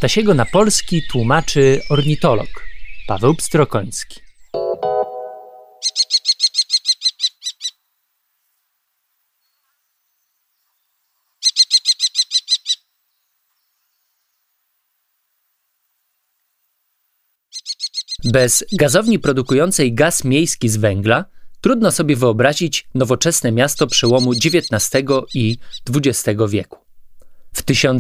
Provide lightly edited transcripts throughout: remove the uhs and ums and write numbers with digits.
ptasiego na polski tłumaczy ornitolog Paweł Pstrokoński. Bez gazowni produkującej gaz miejski z węgla trudno sobie wyobrazić nowoczesne miasto przełomu XIX i XX wieku. W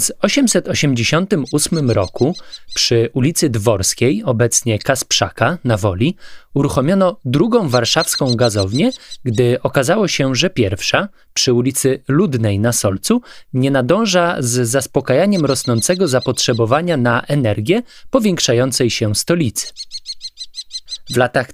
1888 roku przy ulicy Dworskiej, obecnie Kasprzaka na Woli, uruchomiono drugą warszawską gazownię, gdy okazało się, że pierwsza, przy ulicy Ludnej na Solcu, nie nadąża z zaspokajaniem rosnącego zapotrzebowania na energię powiększającej się stolicy. W latach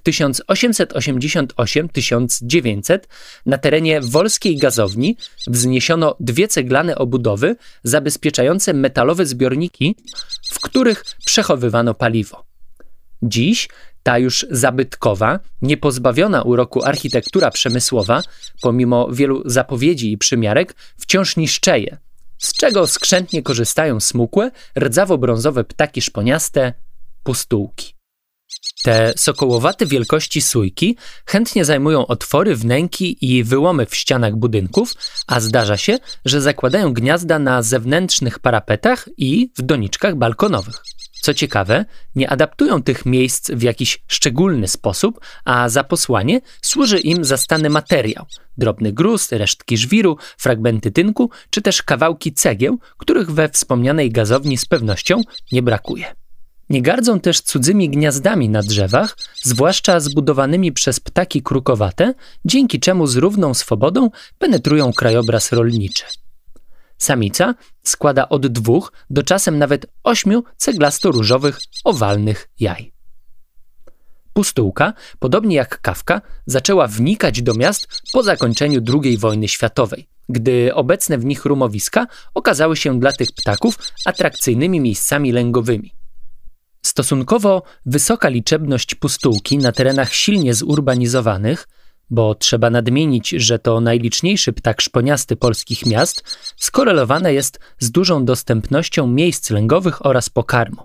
1888-1900 na terenie wolskiej gazowni wzniesiono 2 ceglane obudowy zabezpieczające metalowe zbiorniki, w których przechowywano paliwo. Dziś ta już zabytkowa, niepozbawiona uroku architektura przemysłowa, pomimo wielu zapowiedzi i przymiarek, wciąż niszczeje, z czego skrzętnie korzystają smukłe, rdzawo-brązowe ptaki szponiaste, pustułki. Te sokołowate wielkości sójki chętnie zajmują otwory, wnęki i wyłomy w ścianach budynków, a zdarza się, że zakładają gniazda na zewnętrznych parapetach i w doniczkach balkonowych. Co ciekawe, nie adaptują tych miejsc w jakiś szczególny sposób, a za posłanie służy im zastany materiał – drobny gruz, resztki żwiru, fragmenty tynku czy też kawałki cegieł, których we wspomnianej gazowni z pewnością nie brakuje. Nie gardzą też cudzymi gniazdami na drzewach, zwłaszcza zbudowanymi przez ptaki krukowate, dzięki czemu z równą swobodą penetrują krajobraz rolniczy. Samica składa od 2 do czasem nawet 8 ceglasto-różowych, owalnych jaj. Pustułka, podobnie jak kawka, zaczęła wnikać do miast po zakończeniu II wojny światowej, gdy obecne w nich rumowiska okazały się dla tych ptaków atrakcyjnymi miejscami lęgowymi. Stosunkowo wysoka liczebność pustułki na terenach silnie zurbanizowanych, bo trzeba nadmienić, że to najliczniejszy ptak szponiasty polskich miast, skorelowana jest z dużą dostępnością miejsc lęgowych oraz pokarmu.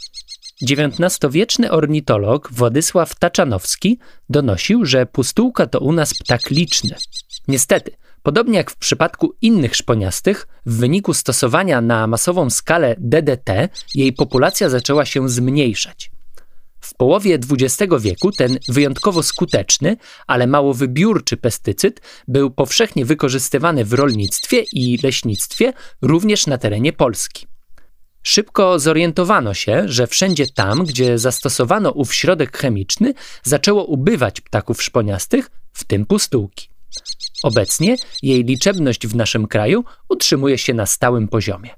XIX-wieczny ornitolog Władysław Taczanowski donosił, że pustułka to u nas ptak liczny. Niestety, podobnie jak w przypadku innych szponiastych, w wyniku stosowania na masową skalę DDT jej populacja zaczęła się zmniejszać. W połowie XX wieku ten wyjątkowo skuteczny, ale mało wybiórczy pestycyd był powszechnie wykorzystywany w rolnictwie i leśnictwie, również na terenie Polski. Szybko zorientowano się, że wszędzie tam, gdzie zastosowano ów środek chemiczny, zaczęło ubywać ptaków szponiastych, w tym pustułki. Obecnie jej liczebność w naszym kraju utrzymuje się na stałym poziomie.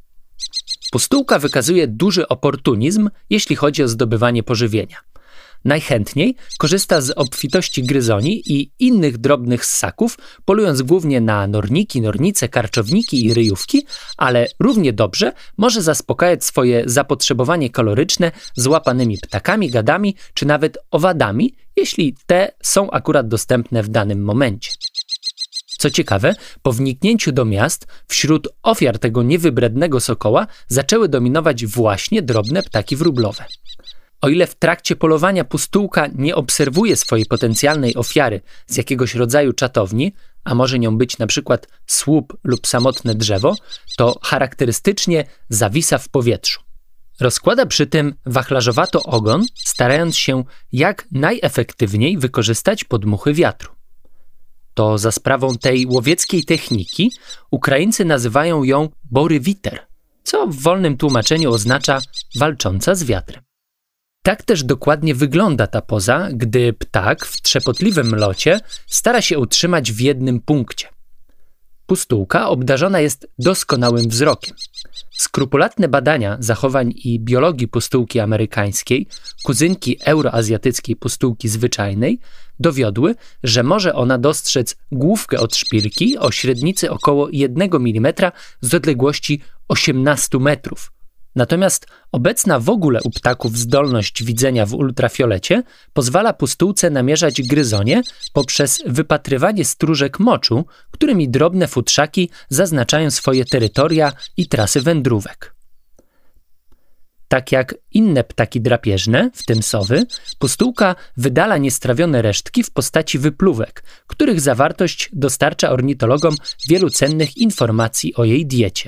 Pustułka wykazuje duży oportunizm, jeśli chodzi o zdobywanie pożywienia. Najchętniej korzysta z obfitości gryzoni i innych drobnych ssaków, polując głównie na norniki, nornice, karczowniki i ryjówki, ale równie dobrze może zaspokajać swoje zapotrzebowanie kaloryczne złapanymi ptakami, gadami czy nawet owadami, jeśli te są akurat dostępne w danym momencie. Co ciekawe, po wniknięciu do miast, wśród ofiar tego niewybrednego sokoła zaczęły dominować właśnie drobne ptaki wróblowe. O ile w trakcie polowania pustułka nie obserwuje swojej potencjalnej ofiary z jakiegoś rodzaju czatowni, a może nią być na przykład słup lub samotne drzewo, to charakterystycznie zawisa w powietrzu. Rozkłada przy tym wachlarzowato ogon, starając się jak najefektywniej wykorzystać podmuchy wiatru. To za sprawą tej łowieckiej techniki Ukraińcy nazywają ją borywiter, co w wolnym tłumaczeniu oznacza walcząca z wiatrem. Tak też dokładnie wygląda ta poza, gdy ptak w trzepotliwym locie stara się utrzymać w jednym punkcie. Pustułka obdarzona jest doskonałym wzrokiem. Skrupulatne badania zachowań i biologii pustułki amerykańskiej, kuzynki euroazjatyckiej pustułki zwyczajnej, dowiodły, że może ona dostrzec główkę od szpilki o średnicy około 1 mm z odległości 18 metrów. Natomiast obecna w ogóle u ptaków zdolność widzenia w ultrafiolecie pozwala pustułce namierzać gryzonie poprzez wypatrywanie stróżek moczu, którymi drobne futrzaki zaznaczają swoje terytoria i trasy wędrówek. Tak jak inne ptaki drapieżne, w tym sowy, pustułka wydala niestrawione resztki w postaci wypluwek, których zawartość dostarcza ornitologom wielu cennych informacji o jej diecie.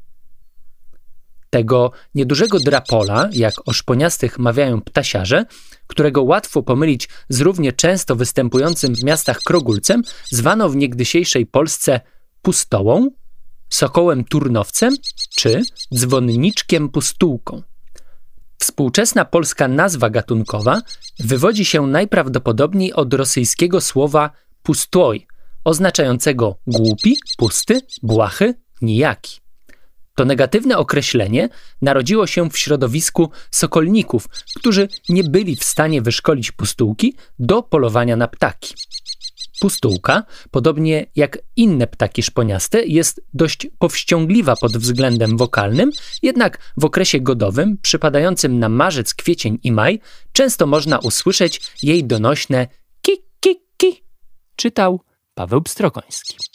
Tego niedużego drapola, jak o szponiastych mawiają ptasiarze, którego łatwo pomylić z równie często występującym w miastach krogulcem, zwano w niegdysiejszej Polsce pustołą, sokołem turnowcem czy dzwonniczkiem pustułką. Współczesna polska nazwa gatunkowa wywodzi się najprawdopodobniej od rosyjskiego słowa pustoj, oznaczającego głupi, pusty, błahy, nijaki. To negatywne określenie narodziło się w środowisku sokolników, którzy nie byli w stanie wyszkolić pustułki do polowania na ptaki. Pustułka, podobnie jak inne ptaki szponiaste, jest dość powściągliwa pod względem wokalnym, jednak w okresie godowym, przypadającym na marzec, kwiecień i maj, często można usłyszeć jej donośne ki, ki, ki. Czytał Paweł Pstrokoński.